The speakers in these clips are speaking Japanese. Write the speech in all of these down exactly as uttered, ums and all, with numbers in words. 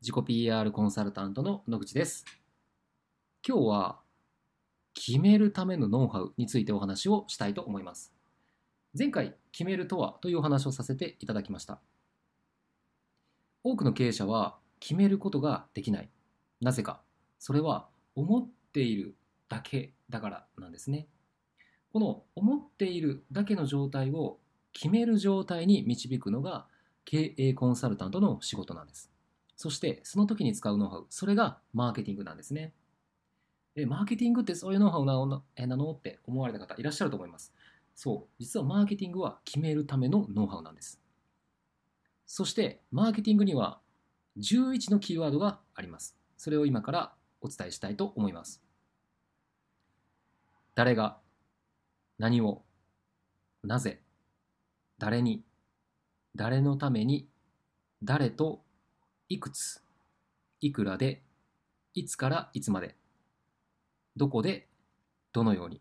自己 ピーアール コンサルタントの野口です。今日は決めるためのノウハウについてお話をしたいと思います。前回、決めるとはというお話をさせていただきました。多くの経営者は決めることができない。なぜか。それは思っているだけだからなんですね。この思っているだけの状態を決める状態に導くのが経営コンサルタントの仕事なんです。そしてその時に使うノウハウ、それがマーケティングなんですね。で、マーケティングってそういうノウハウなのなのって思われた方いらっしゃると思います。そう、実はマーケティングは決めるためのノウハウなんです。そしてマーケティングにはじゅういちのキーワードがあります。それを今からお伝えしたいと思います。誰が、何を、なぜ、誰に、誰のために、誰と、いくつ、いくらで、いつからいつまで、どこで、どのように。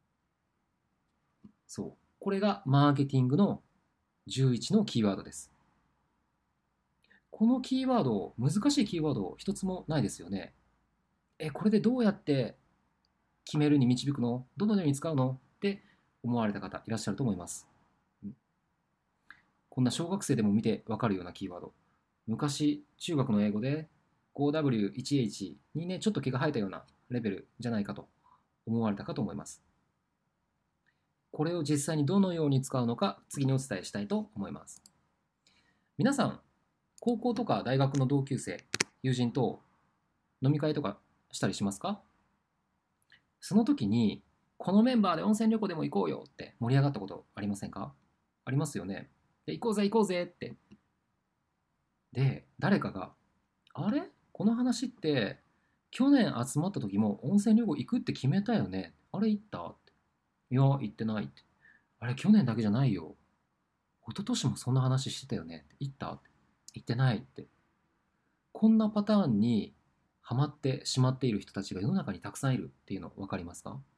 そう。これがマーケティングのじゅういちのキーワードです。このキーワード、難しいキーワード一つもないですよね。え、これでどうやって決めるに導くの？どのように使うの？って思われた方いらっしゃると思います。こんな小学生でも見てわかるようなキーワード。昔、中学の英語で ごダブリューワンエイチ にね、ちょっと毛が生えたようなレベルじゃないかと思われたかと思います。これを実際にどのように使うのか、次にお伝えしたいと思います。皆さん、高校とか大学の同級生、友人と飲み会とかしたりしますか？その時に、このメンバーで温泉旅行でも行こうよって盛り上がったことありませんか？ありますよね。で、行こうぜ行こうぜって。で、誰かが、あれこの話って、去年集まった時も温泉旅行行くって決めたよね。あれ行ったって。いや、行ってないって。あれ、去年だけじゃないよ。一昨年もそんな話してたよね。行ったって。行ってないって。こんなパターンにハマってしまっている人たちが世の中にたくさんいるっていうの分かりますか？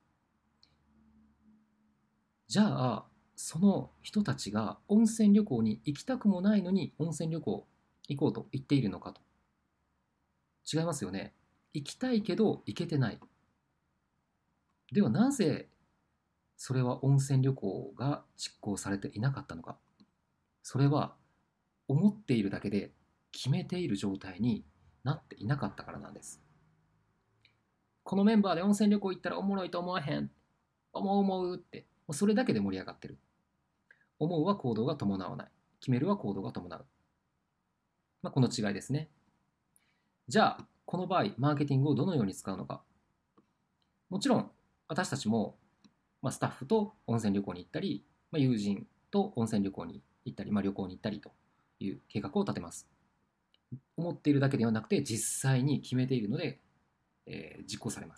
じゃあ、その人たちが温泉旅行に行きたくもないのに温泉旅行行こうと言っているのかと。違いますよね。行きたいけど行けてない。ではなぜそれは温泉旅行が実行されていなかったのか。それは思っているだけで決めている状態になっていなかったからなんです。このメンバーで温泉旅行行ったらおもろいと思わへん。思う思うって。もうそれだけで盛り上がってる。思うは行動が伴わない。決めるは行動が伴う。まあ、この違いですね。じゃあ、この場合、マーケティングをどのように使うのか。もちろん、私たちも、まあ、スタッフと温泉旅行に行ったり、まあ、友人と温泉旅行に行ったり、まあ、旅行に行ったりという計画を立てます。思っているだけではなくて、実際に決めているので、えー実行されます。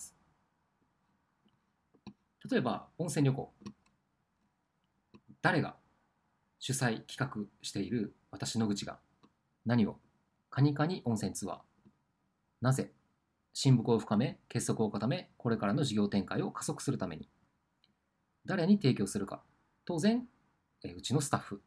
例えば、温泉旅行。誰が主催、企画している私野口が何を、カニカニ温泉ツアー。なぜ、親睦を深め、結束を固め、これからの事業展開を加速するために。誰に提供するか。当然、えーうちのスタッフ。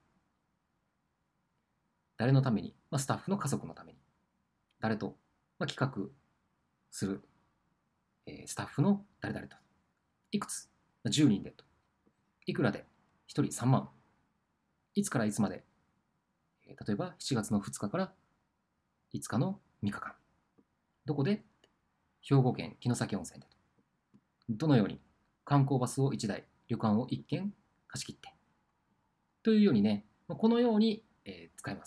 誰のために、まあ、スタッフの家族のために。誰と、まあ、企画する、えースタッフの誰々と。いくつ、まあ、じゅうにんでと。いくらで、ひとりさんまん。いつからいつまで、えー例えばしちがつのふつかからいつかのみっかかん。どこで？兵庫県城崎温泉でと。どのように？観光バスをいちだい、旅館をいっけん貸し切って。というようにね、このように、えー使います。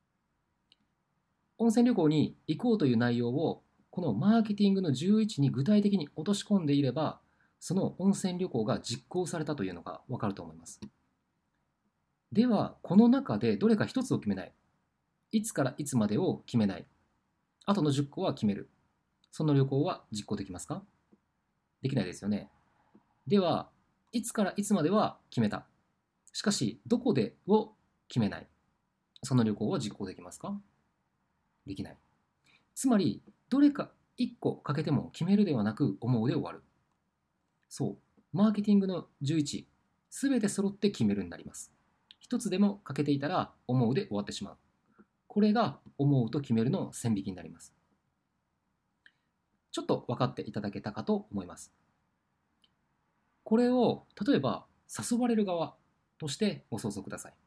温泉旅行に行こうという内容をこのマーケティングのじゅういちに具体的に落とし込んでいれば、その温泉旅行が実行されたというのがわかると思います。では、この中でどれか一つを決めない。いつからいつまでを決めない。あとのじゅっこは決める。その旅行は実行できますか？できないですよね。では、いつからいつまでは決めた。しかし、どこでを決めない。その旅行は実行できますか？できない。つまり、どれかいっこかけても決めるではなく思うで終わる。そう。マーケティングのじゅういち、すべて揃って決めるになります。一つでも欠けていたら思うで終わってしまう。これが思うと決めるの線引きになります。ちょっと分かっていただけたかと思います。これを例えば誘われる側としてご想像ください。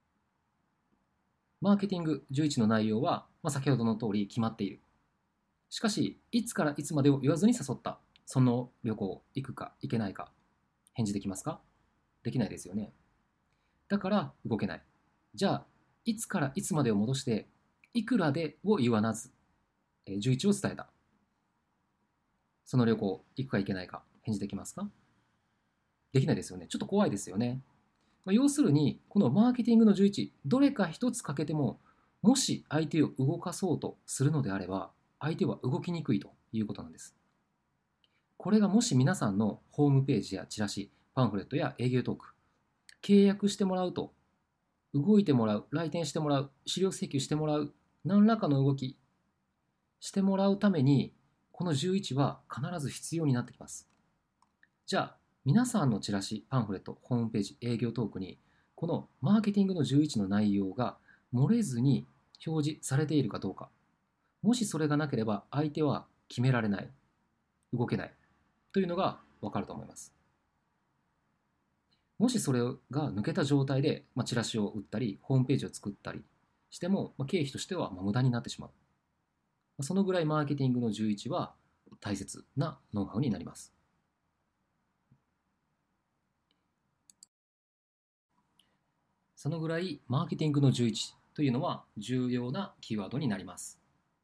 マーケティングじゅういちの内容は、まあ、先ほどの通り決まっている。しかし、いつからいつまでを言わずに誘った。その旅行、行くか行けないか、返事できますか？できないですよね。だから動けない。じゃあ、いつからいつまでを戻して、いくらでを言わず、じゅういちを伝えた。その旅行、行くか行けないか、返事できますか？できないですよね。ちょっと怖いですよね。まあ、要するに、このマーケティングのじゅういち、どれか一つ欠けても、もし相手を動かそうとするのであれば、相手は動きにくいということなんです。これがもし皆さんのホームページやチラシ、パンフレットや営業トーク、契約してもらうと、動いてもらう、来店してもらう、資料請求してもらう、何らかの動きしてもらうために、このじゅういちは必ず必要になってきます。じゃあ、皆さんのチラシ、パンフレット、ホームページ、営業トークに、このマーケティングのじゅういちの内容が漏れずに表示されているかどうか。もしそれがなければ、相手は決められない、動けないというのが分かると思います。もしそれが抜けた状態で、まあ、チラシを売ったり、ホームページを作ったりしても、まあ、経費としてはまあ無駄になってしまう。そのぐらいマーケティングのじゅういちは大切なノウハウになります。そのぐらいマーケティングのじゅういちというのは重要なキーワードになります。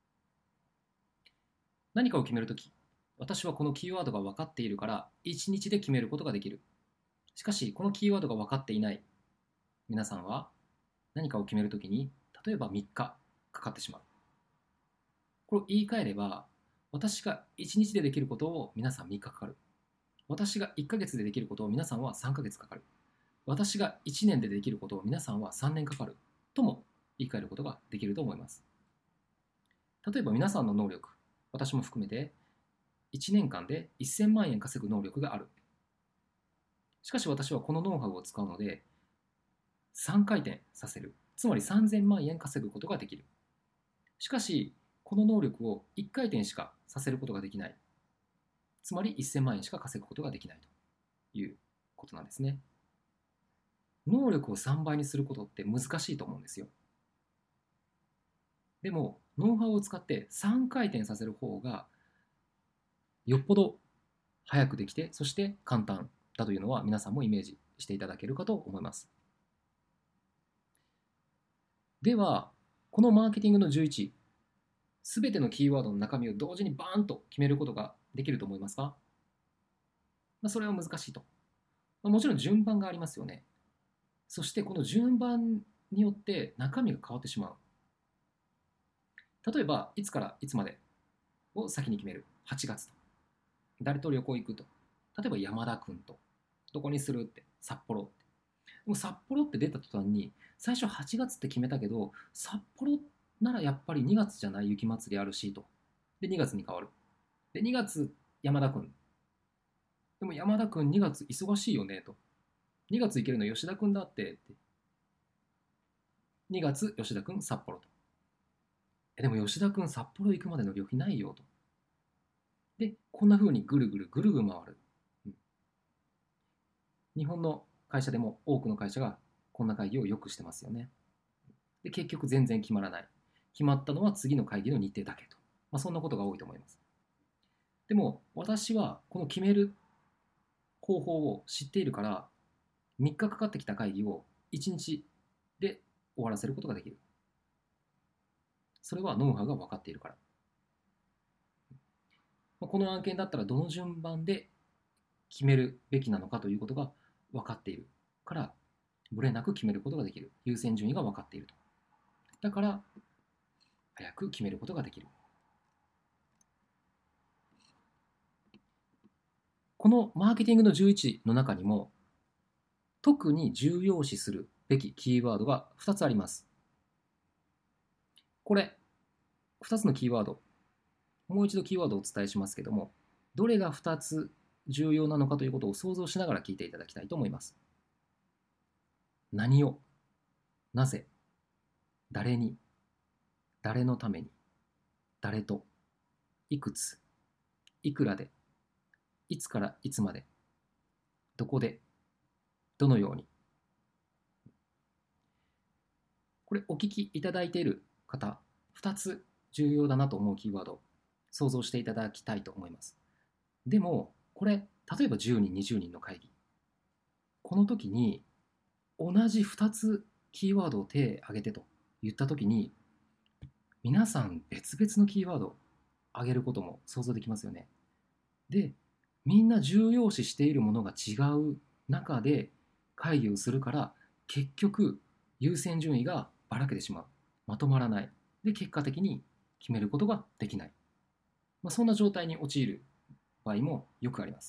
何かを決めるとき、私はこのキーワードが分かっているからいちにちで決めることができる。しかし、このキーワードが分かっていない皆さんは何かを決めるときに、例えばみっかかかってしまう。これを言い換えれば、私がいちにちでできることを皆さんみっかかかる。私がいっかげつでできることを皆さんはさんかげつかかる。私がいちねんでできることを皆さんはさんねんかかるとも言い換えることができると思います。例えば皆さんの能力、私も含めていちねんかんでせんまんえん稼ぐ能力がある。しかし私はこのノウハウを使うのでさんかい転させる。つまりさんぜんまんえん稼ぐことができる。しかしこの能力をいっかい転しかさせることができない。つまりせんまんえんしか稼ぐことができないということなんですね。能力をさんばいにすることって難しいと思うんですよ。でも、ノウハウを使ってさんかい転させる方がよっぽど早くできて、そして簡単だというのは皆さんもイメージしていただけるかと思います。では、このマーケティングのじゅういち、すべてのキーワードの中身を同時にバーンと決めることができると思いますか？まあ、それは難しいと。まあ、もちろん順番がありますよね。そしてこの順番によって中身が変わってしまう。例えば、いつからいつまでを先に決める。はちがつと。誰と旅行行くと。例えば山田君と。どこにするって。札幌って。でも札幌って出た途端に、最初はちがつって決めたけど、札幌ならやっぱりにがつじゃない雪まつりあるしと。で、にがつに変わる。で、にがつ山田君。でも山田君にがつ忙しいよねと。にがつ行けるの吉田君だってって。にがつ吉田君札幌と。えでも吉田君札幌行くまでの旅費ないよと。で、こんな風にぐるぐるぐるぐる回る。うん、日本の会社でも多くの会社がこんな会議をよくしてますよね。で、結局全然決まらない。決まったのは次の会議の日程だけと。まあ、そんなことが多いと思います。でも、私はこの決める方法を知っているから、みっかかかってきた会議をいちにちで終わらせることができる。それはノウハウが分かっているから。この案件だったらどの順番で決めるべきなのかということが分かっているから、ぶれなく決めることができる。優先順位が分かっていると。だから、早く決めることができる。このマーケティングのじゅういちの中にも、特に重要視するべきキーワードがふたつあります。これ、ふたつのキーワード、もう一度キーワードをお伝えしますけども、どれがふたつ重要なのかということを想像しながら聞いていただきたいと思います。何を、なぜ、誰に、 誰のために、誰と、いくつ、いくらで、いつからいつまで、どこで、どのように。これお聞きいただいている方、ふたつ重要だなと思うキーワードを想像していただきたいと思います。でも、これ、例えばじゅうにん、にじゅうにんの会議。この時に、同じふたつキーワードを手を挙げてと言った時に、皆さん別々のキーワードを挙げることも想像できますよね。で、みんな重要視しているものが違う中で会議をするから、結局優先順位がばらけてしまう。まとまらない。で、結果的に決めることができない。まあ、そんな状態に陥る場合もよくあります。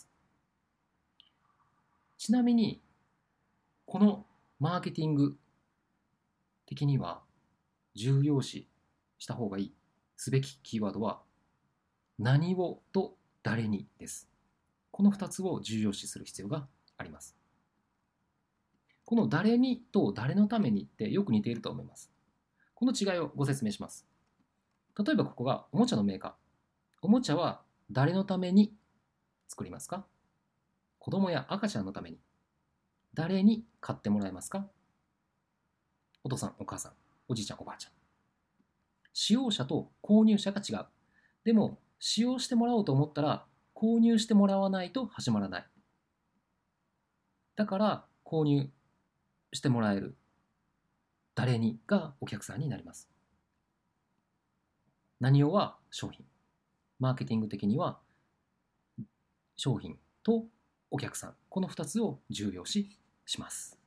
ちなみに、このマーケティング的には重要視した方がいい、すべきキーワードは、何をと誰にです。このふたつを重要視する必要があります。この誰にと誰のためにってよく似ていると思います。この違いをご説明します。例えばここがおもちゃのメーカー。おもちゃは誰のために作りますか？子供や赤ちゃんのために。誰に買ってもらえますか？お父さん、お母さん、おじいちゃん、おばあちゃん。使用者と購入者が違う。でも、使用してもらおうと思ったら、購入してもらわないと始まらない。だから、購入してもらえる誰にがお客さんになります。何をは商品。マーケティング的には、商品とお客さん。このふたつを重要視します。